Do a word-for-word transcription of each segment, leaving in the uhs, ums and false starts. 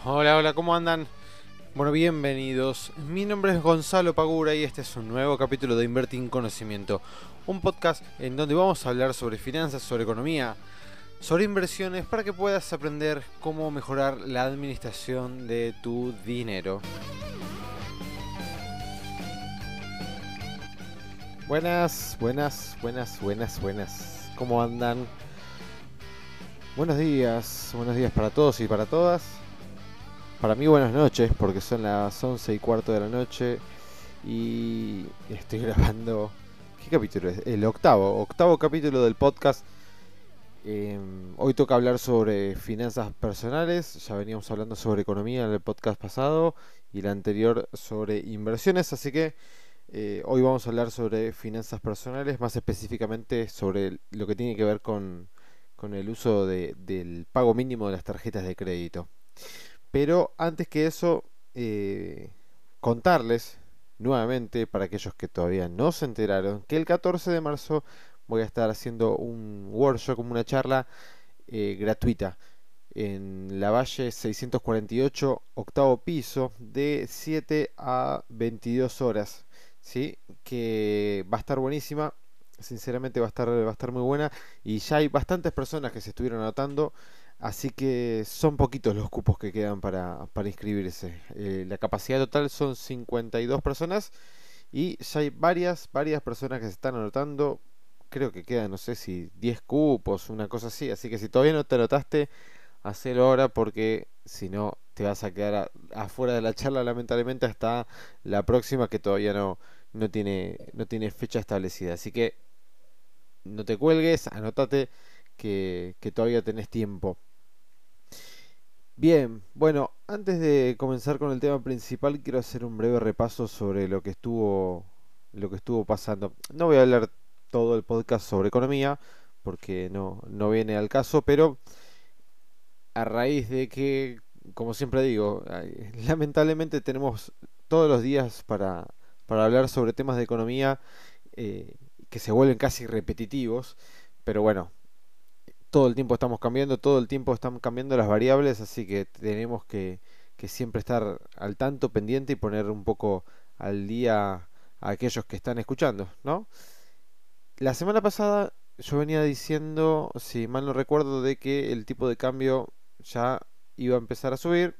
Hola, hola, ¿cómo andan? Bueno, bienvenidos. Mi nombre es Gonzalo Pagura y este es un nuevo capítulo de Invertir en Conocimiento, un podcast en donde vamos a hablar sobre finanzas, sobre economía, sobre inversiones para que puedas aprender cómo mejorar la administración de tu dinero. Buenas, buenas, buenas, buenas, buenas. ¿Cómo andan? Buenos días, buenos días para todos y para todas. Para mí buenas noches porque son las once y cuarto de la noche y estoy grabando... ¿Qué capítulo es? El octavo, octavo capítulo del podcast. Eh, hoy toca hablar sobre finanzas personales, ya veníamos hablando sobre economía en el podcast pasado y el anterior sobre inversiones, así que eh, hoy vamos a hablar sobre finanzas personales, más específicamente sobre lo que tiene que ver con, con el uso de- del pago mínimo de las tarjetas de crédito. Pero antes que eso, eh, contarles nuevamente, para aquellos que todavía no se enteraron, que el catorce de marzo voy a estar haciendo un workshop, como una charla eh, gratuita en la Valle seiscientos cuarenta y ocho, octavo piso, de siete a veintidós horas, ¿sí? Que va a estar buenísima, sinceramente va a estar, va a estar muy buena y ya hay bastantes personas que se estuvieron anotando, así que son poquitos los cupos que quedan para, para inscribirse. Eh, la capacidad total son cincuenta y dos personas y ya hay varias, varias personas que se están anotando. Creo que quedan, no sé si diez cupos, una cosa así, así que si todavía no te anotaste, hacelo ahora porque si no te vas a quedar a- afuera de la charla lamentablemente hasta la próxima que todavía no, no tiene, no tiene fecha establecida. Así que no te cuelgues, anótate que, que todavía tenés tiempo. Bien, bueno, antes de comenzar con el tema principal quiero hacer un breve repaso sobre lo que estuvo, lo que estuvo pasando. No voy a hablar todo el podcast sobre economía porque no, no viene al caso, pero a raíz de que, como siempre digo, ay, lamentablemente tenemos todos los días para, para hablar sobre temas de economía eh, que se vuelven casi repetitivos, pero bueno, todo el tiempo estamos cambiando, todo el tiempo están cambiando las variables, así que tenemos que, que siempre estar al tanto, pendiente y poner un poco al día a aquellos que están escuchando, ¿no? La semana pasada yo venía diciendo, si mal no recuerdo, de que el tipo de cambio ya iba a empezar a subir.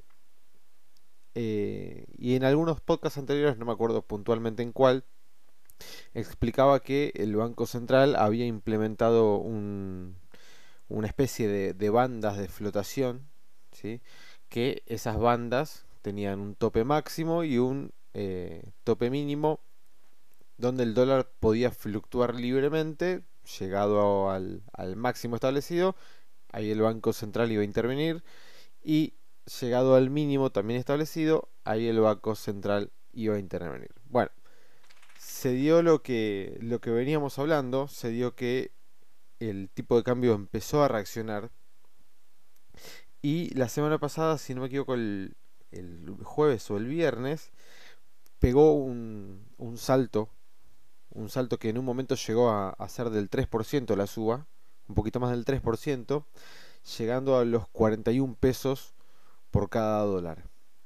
Eh, y en algunos podcasts anteriores, no me acuerdo puntualmente en cuál, explicaba que el Banco Central había implementado un, una especie de, de bandas de flotación, ¿sí? Que esas bandas tenían un tope máximo y un eh, tope mínimo donde el dólar podía fluctuar libremente, llegado al, al máximo establecido, ahí el Banco Central iba a intervenir, y llegado al mínimo también establecido, ahí el Banco Central iba a intervenir. Bueno, se dio lo que, lo que veníamos hablando, se dio que el tipo de cambio empezó a reaccionar y la semana pasada, si no me equivoco, el, el jueves o el viernes, pegó un, un salto un salto que en un momento llegó a, a ser del tres por ciento la suba, un poquito más del tres por ciento, llegando a los cuarenta y un pesos por cada dólar.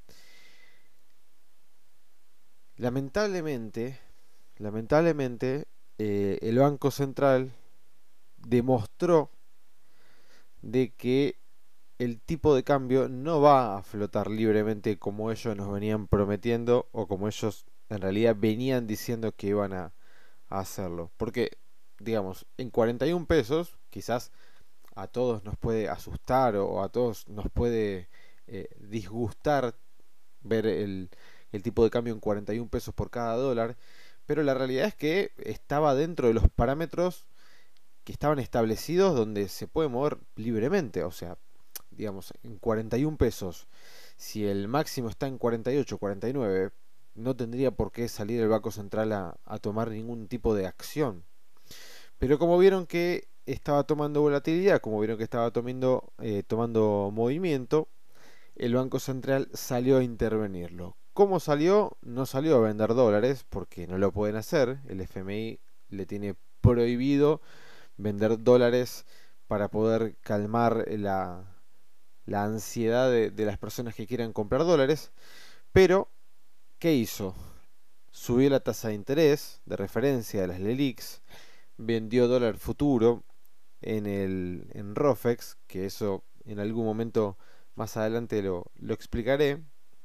Lamentablemente, lamentablemente, eh, el Banco Central demostró de que el tipo de cambio no va a flotar libremente como ellos nos venían prometiendo o como ellos en realidad venían diciendo que iban a, a hacerlo. Porque, digamos, en cuarenta y un pesos, quizás a todos nos puede asustar o a todos nos puede eh, disgustar ver el, el tipo de cambio en cuarenta y un pesos por cada dólar, pero la realidad es que estaba dentro de los parámetros que estaban establecidos donde se puede mover libremente, o sea, digamos, en cuarenta y un pesos, si el máximo está en cuarenta y ocho, cuarenta y nueve, no tendría por qué salir el Banco Central a, a tomar ningún tipo de acción. Pero como vieron que estaba tomando volatilidad, como vieron que estaba tomando, eh, tomando movimiento, el Banco Central salió a intervenirlo. ¿Cómo salió? No salió a vender dólares porque no lo pueden hacer. El F M I le tiene prohibido vender dólares para poder calmar la, la ansiedad de, de las personas que quieran comprar dólares. Pero, ¿qué hizo? Subió la tasa de interés de referencia de las LELIQs, vendió dólar futuro en el en ROFEX, que eso en algún momento más adelante lo, lo explicaré.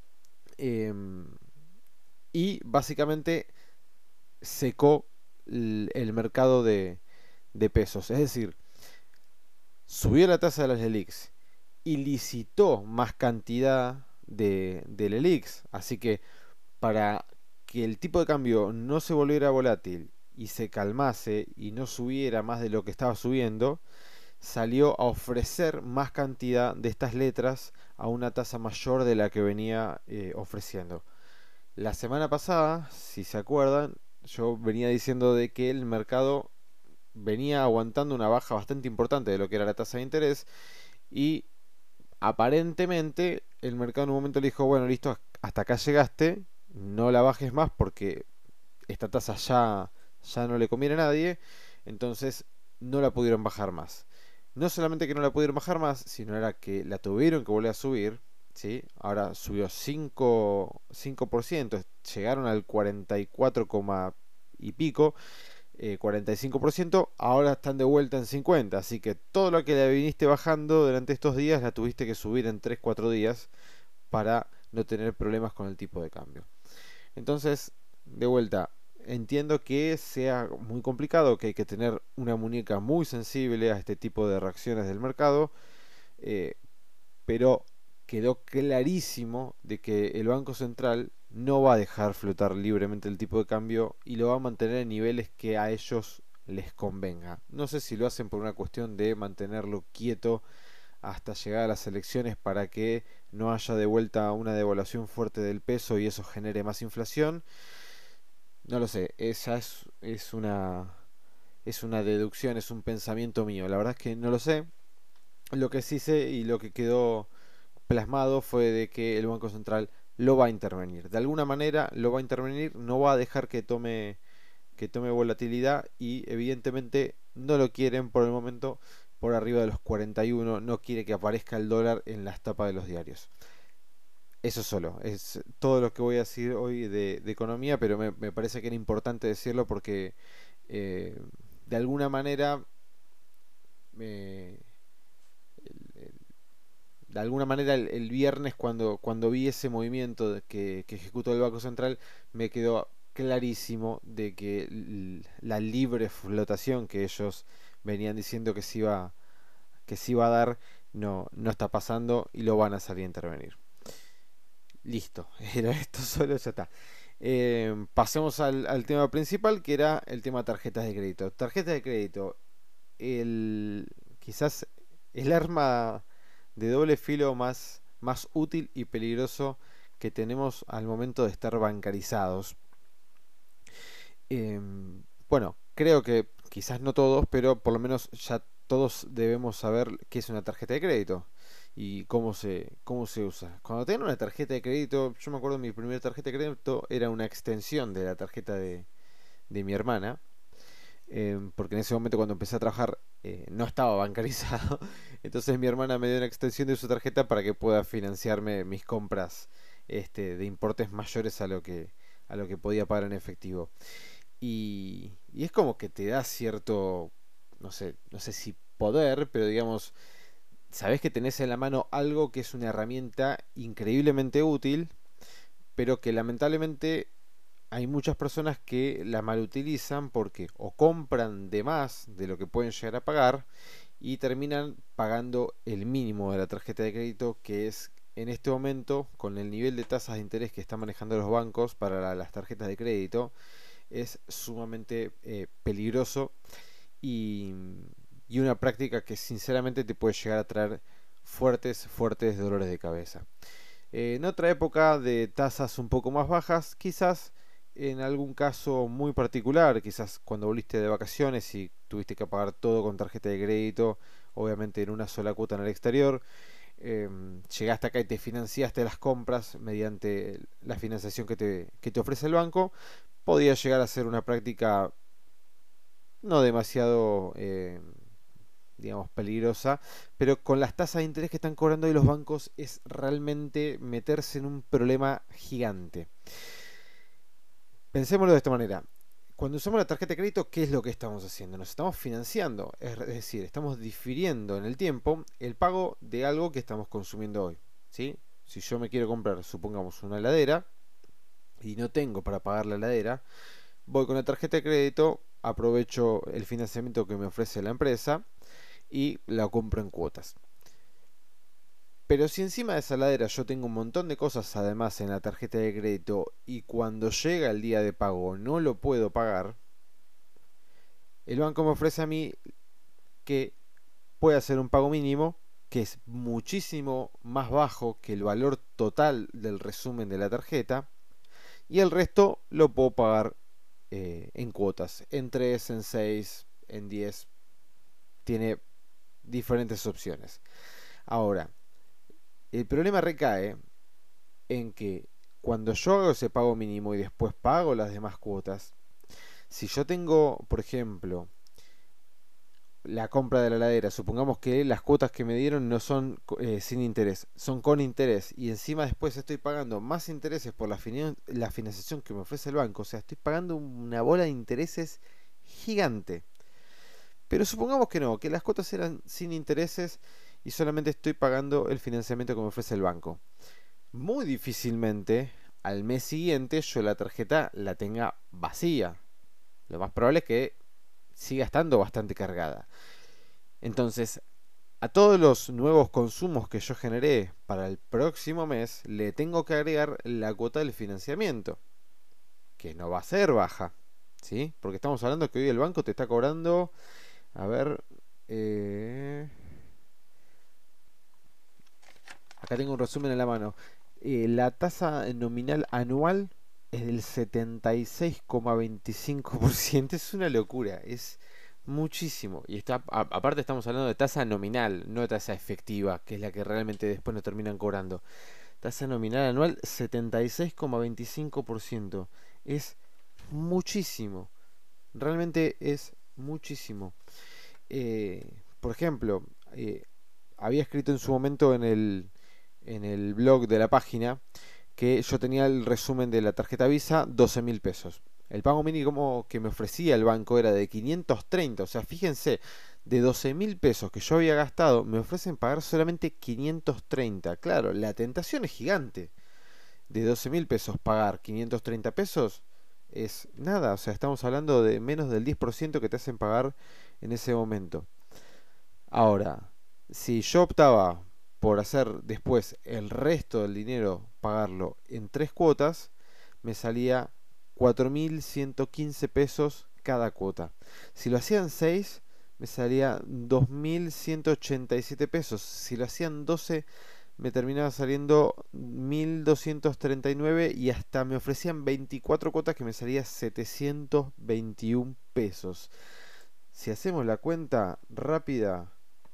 em, y básicamente secó el, el mercado de, de pesos. Es decir, subió la tasa de las LELIQs y licitó más cantidad de, de LELIQs. Así que para que el tipo de cambio no se volviera volátil y se calmase y no subiera más de lo que estaba subiendo, salió a ofrecer más cantidad de estas letras a una tasa mayor de la que venía eh, ofreciendo. La semana pasada, si se acuerdan, yo venía diciendo de que el mercado venía aguantando una baja bastante importante de lo que era la tasa de interés y aparentemente el mercado en un momento le dijo, bueno, listo, hasta acá llegaste, no la bajes más porque esta tasa ya, ya no le conviene a nadie, entonces no la pudieron bajar más. No solamente que no la pudieron bajar más, sino era que la tuvieron que volver a subir, ¿sí? Ahora subió cinco, cinco por ciento, llegaron al cuarenta y cuatro, y pico, eh, cuarenta y cinco por ciento, ahora están de vuelta en cincuenta, así que todo lo que le viniste bajando durante estos días la tuviste que subir en tres cuatro días para no tener problemas con el tipo de cambio. Entonces, de vuelta, entiendo que sea muy complicado, que hay que tener una muñeca muy sensible a este tipo de reacciones del mercado, eh, pero quedó clarísimo de que el Banco Central no va a dejar flotar libremente el tipo de cambio y lo va a mantener en niveles que a ellos les convenga. No sé si lo hacen por una cuestión de mantenerlo quieto hasta llegar a las elecciones para que no haya de vuelta una devaluación fuerte del peso y eso genere más inflación. No lo sé, esa es, es una es una deducción, es un pensamiento mío. La verdad es que no lo sé. Lo que sí sé y lo que quedó plasmado fue de que el Banco Central lo va a intervenir. De alguna manera lo va a intervenir, no va a dejar que tome que tome volatilidad y evidentemente no lo quieren por el momento por arriba de los cuarenta y uno, no quiere que aparezca el dólar en las tapas de los diarios. Eso solo, es todo lo que voy a decir hoy de, de economía, pero me, me, parece que era importante decirlo porque eh, de alguna manera me, el, el, de alguna manera el, el viernes cuando, cuando vi ese movimiento que, que ejecutó el Banco Central me quedó clarísimo de que la libre flotación que ellos venían diciendo que se iba, que se iba a dar no, no está pasando y lo van a salir a intervenir. Listo, era esto solo, ya está. Eh, pasemos al, al tema principal, que era el tema tarjetas de crédito. Tarjetas de crédito, el, quizás el arma de doble filo más, más útil y peligroso que tenemos al momento de estar bancarizados. Eh, bueno, creo que quizás no todos, pero por lo menos ya todos debemos saber qué es una tarjeta de crédito y cómo se, cómo se usa. Cuando tengo una tarjeta de crédito, yo me acuerdo mi primera tarjeta de crédito era una extensión de la tarjeta de, de mi hermana, eh, porque en ese momento cuando empecé a trabajar eh, no estaba bancarizado, entonces mi hermana me dio una extensión de su tarjeta para que pueda financiarme mis compras este, de importes mayores a lo que, a lo que podía pagar en efectivo. Y, y es como que te da cierto, no sé, no sé si poder, pero digamos, sabes que tenés en la mano algo que es una herramienta increíblemente útil, pero que lamentablemente hay muchas personas que la malutilizan porque o compran de más de lo que pueden llegar a pagar y terminan pagando el mínimo de la tarjeta de crédito, que es en este momento, con el nivel de tasas de interés que están manejando los bancos para la, las tarjetas de crédito, es sumamente eh, peligroso y, y una práctica que sinceramente te puede llegar a traer fuertes, fuertes dolores de cabeza. Eh, en otra época de tasas un poco más bajas, quizás en algún caso muy particular, quizás cuando volviste de vacaciones y tuviste que pagar todo con tarjeta de crédito, obviamente en una sola cuota en el exterior, eh, llegaste acá y te financiaste las compras mediante la financiación que te, que te ofrece el banco, podía llegar a ser una práctica no demasiado, eh, digamos, peligrosa, pero con las tasas de interés que están cobrando hoy los bancos es realmente meterse en un problema gigante. Pensémoslo de esta manera. Cuando usamos la tarjeta de crédito, ¿qué es lo que estamos haciendo? Nos estamos financiando, es decir, estamos difiriendo en el tiempo el pago de algo que estamos consumiendo hoy, ¿sí? Si yo me quiero comprar, supongamos, una heladera y no tengo para pagar la heladera, voy con la tarjeta de crédito, aprovecho el financiamiento que me ofrece la empresa y la compro en cuotas. Pero si encima de esa heladera yo tengo un montón de cosas además en la tarjeta de crédito y cuando llega el día de pago no lo puedo pagar, el banco me ofrece a mí que pueda hacer un pago mínimo que es muchísimo más bajo que el valor total del resumen de la tarjeta y el resto lo puedo pagar eh, en cuotas, en tres, en seis, en diez, tiene diferentes opciones. Ahora, el problema recae en que cuando yo hago ese pago mínimo y después pago las demás cuotas, si yo tengo, por ejemplo, la compra de la heladera, supongamos que las cuotas que me dieron no son eh, sin interés, son con interés y encima después estoy pagando más intereses por la, la financiación que me ofrece el banco, o sea, estoy pagando una bola de intereses gigante. Pero supongamos que no, que las cuotas eran sin intereses y solamente estoy pagando el financiamiento que me ofrece el banco. Muy difícilmente al mes siguiente yo la tarjeta la tenga vacía. Lo más probable es que siga estando bastante cargada. Entonces, a todos los nuevos consumos que yo generé para el próximo mes, le tengo que agregar la cuota del financiamiento, que no va a ser baja, ¿sí? Porque estamos hablando que hoy el banco te está cobrando, a ver, eh... acá tengo un resumen en la mano. Eh, la tasa nominal anual es del setenta y seis coma veinticinco por ciento. Es una locura, es muchísimo. Y está, a, aparte estamos hablando de tasa nominal, no de tasa efectiva, que es la que realmente después nos terminan cobrando. Tasa nominal anual setenta y seis coma veinticinco por ciento. Es muchísimo. Realmente es muchísimo. Eh, por ejemplo, eh, había escrito en su momento en el, en el blog de la página que yo tenía el resumen de la tarjeta Visa, doce mil pesos. El pago mínimo que me ofrecía el banco era de quinientos treinta, o sea, fíjense, de doce mil pesos que yo había gastado, me ofrecen pagar solamente quinientos treinta. Claro, la tentación es gigante. De doce mil pesos pagar quinientos treinta pesos es nada, o sea, estamos hablando de menos del diez por ciento que te hacen pagar en ese momento. Ahora, si yo optaba por hacer después el resto del dinero, pagarlo en tres cuotas, me salía cuatro mil ciento quince pesos cada cuota. Si lo hacían seis, me salía dos mil ciento ochenta y siete pesos. Si lo hacían doce, me terminaba saliendo mil doscientos treinta y nueve y hasta me ofrecían veinticuatro cuotas que me salía setecientos veintiún pesos. Si hacemos la cuenta rápida,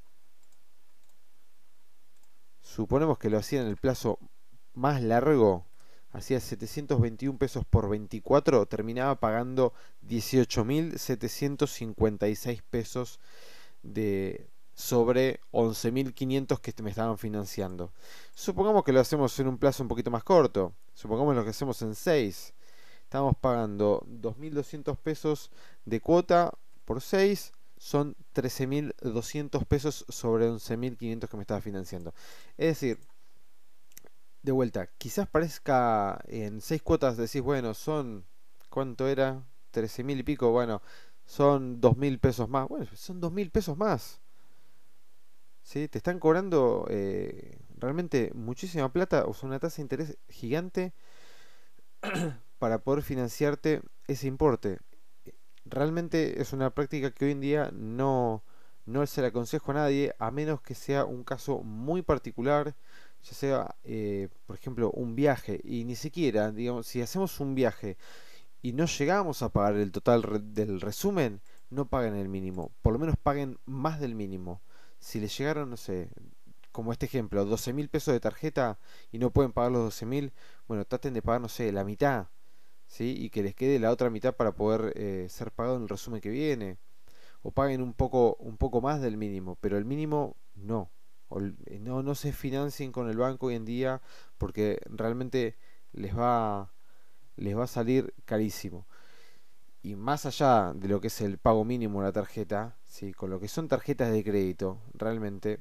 suponemos que lo hacía en el plazo más largo, hacía setecientos veintiún pesos por veinticuatro, terminaba pagando dieciocho mil setecientos cincuenta y seis pesos de sobre once mil quinientos que me estaban financiando. Supongamos que lo hacemos en un plazo un poquito más corto, supongamos lo que hacemos en seis, estamos pagando dos mil doscientos pesos de cuota por seis, son trece mil doscientos pesos sobre once mil quinientos que me estaba financiando. Es decir, de vuelta, quizás parezca en seis cuotas, decís, bueno, son, ¿cuánto era? trece mil y pico, bueno, son dos mil pesos más. Bueno, son dos mil pesos más. ¿Sí? Te están cobrando eh, realmente muchísima plata, o sea, una tasa de interés gigante para poder financiarte ese importe. Realmente es una práctica que hoy en día no, no se le aconsejo a nadie, a menos que sea un caso muy particular, ya sea, eh, por ejemplo, un viaje, y ni siquiera, digamos, si hacemos un viaje y no llegamos a pagar el total re del resumen, no paguen el mínimo, por lo menos paguen más del mínimo. Si les llegaron, no sé, como este ejemplo, doce mil pesos de tarjeta y no pueden pagar los doce mil, bueno, traten de pagar, no sé, la mitad, ¿sí? Y que les quede la otra mitad para poder eh, ser pagado en el resumen que viene. o paguen un poco, un poco más del mínimo, pero el mínimo no. Ol- No, no se financien con el banco hoy en día porque realmente les va, les va a salir carísimo. Y más allá de lo que es el pago mínimo de la tarjeta, ¿sí? Con lo que son tarjetas de crédito, realmente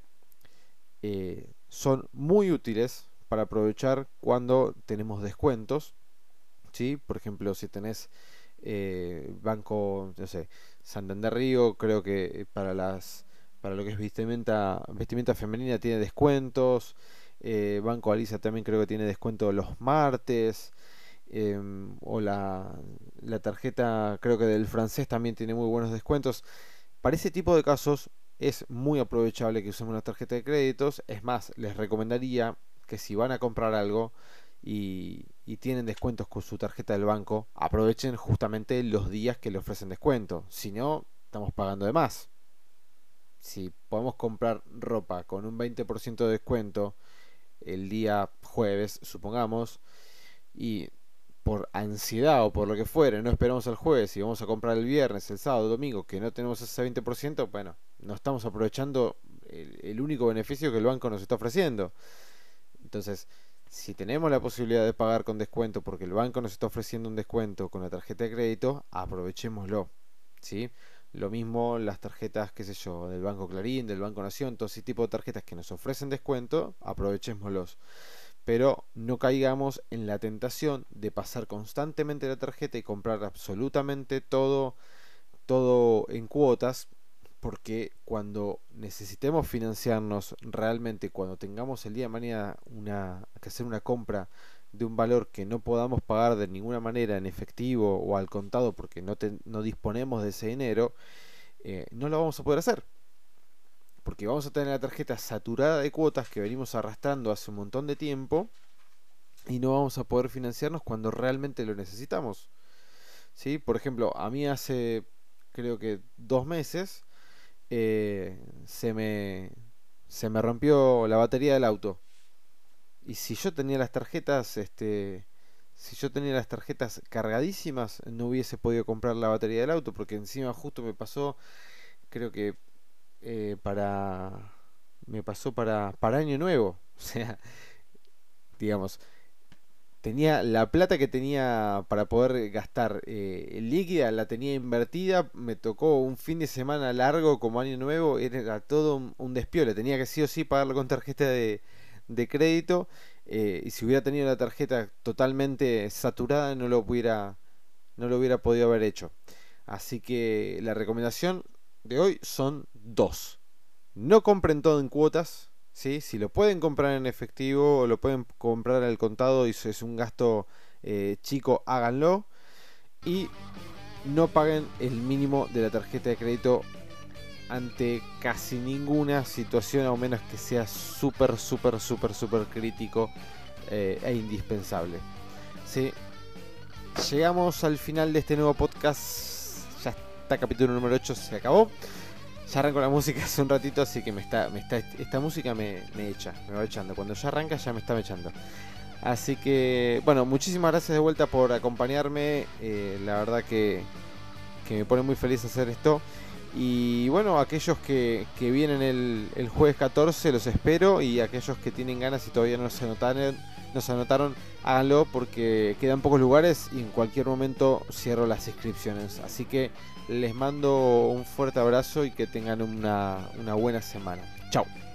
eh, son muy útiles para aprovechar cuando tenemos descuentos, ¿sí? Por ejemplo, si tenés eh, banco, no sé, Santander Río, creo que para las para lo que es vestimenta, vestimenta femenina tiene descuentos. eh, Banco Alicia también creo que tiene descuento los martes. em, o la, la tarjeta, creo que del francés también tiene muy buenos descuentos. Para ese tipo de casos es muy aprovechable que usemos una tarjeta de créditos. Es más, les recomendaría que si van a comprar algo y, y tienen descuentos con su tarjeta del banco, aprovechen justamente los días que le ofrecen descuento. Si no, estamos pagando de más. Si podemos comprar ropa con un veinte por ciento de descuento el día jueves, supongamos, y por ansiedad o por lo que fuere, no esperamos al jueves y vamos a comprar el viernes, el sábado, el domingo, que no tenemos ese veinte por ciento, bueno, no estamos aprovechando el, el único beneficio que el banco nos está ofreciendo. Entonces, si tenemos la posibilidad de pagar con descuento porque el banco nos está ofreciendo un descuento con la tarjeta de crédito, aprovechémoslo, ¿sí? Lo mismo las tarjetas, qué sé yo, del Banco Clarín, del Banco Nación, todo ese tipo de tarjetas que nos ofrecen descuento, aprovechémoslos, pero no caigamos en la tentación de pasar constantemente la tarjeta y comprar absolutamente todo, todo en cuotas, porque cuando necesitemos financiarnos realmente, cuando tengamos el día de mañana una, que hacer una compra de un valor que no podamos pagar de ninguna manera en efectivo o al contado porque no, te, no disponemos de ese dinero, eh, no lo vamos a poder hacer porque vamos a tener la tarjeta saturada de cuotas que venimos arrastrando hace un montón de tiempo y no vamos a poder financiarnos cuando realmente lo necesitamos. ¿Sí? Por ejemplo, a mí hace creo que dos meses eh, se me se me rompió la batería del auto. Y si yo tenía las tarjetas, este, si yo tenía las tarjetas cargadísimas, no hubiese podido comprar la batería del auto porque encima justo me pasó, creo que eh, para me pasó para para año nuevo. O sea, digamos, tenía la plata que tenía para poder gastar eh, líquida, la tenía invertida, me tocó un fin de semana largo como año nuevo, era todo un, un despiole, tenía que sí o sí pagarlo con tarjeta de, de crédito, eh, y si hubiera tenido la tarjeta totalmente saturada no lo hubiera, no lo hubiera podido haber hecho. Así que la recomendación de hoy son dos. No compren todo en cuotas, ¿sí? Si lo pueden comprar en efectivo o lo pueden comprar al contado y es un gasto eh, chico, háganlo. Y no paguen el mínimo de la tarjeta de crédito ante casi ninguna situación, a menos que sea súper, súper, súper, súper crítico eh, e indispensable. ¿Sí? Llegamos al final de este nuevo podcast. Ya está, capítulo número ocho, se acabó. Ya arranco la música hace un ratito, así que me está, me está, esta música me, me echa, me va echando. Cuando ya arranca ya me está echando. Así que, bueno, muchísimas gracias de vuelta por acompañarme. Eh, la verdad que, que me pone muy feliz hacer esto. Y bueno, aquellos que, que vienen el, el jueves catorce los espero. Y aquellos que tienen ganas y todavía no se anotaron, no se anotaron, háganlo porque quedan pocos lugares y en cualquier momento cierro las inscripciones. Así que les mando un fuerte abrazo y que tengan una, una buena semana. Chao.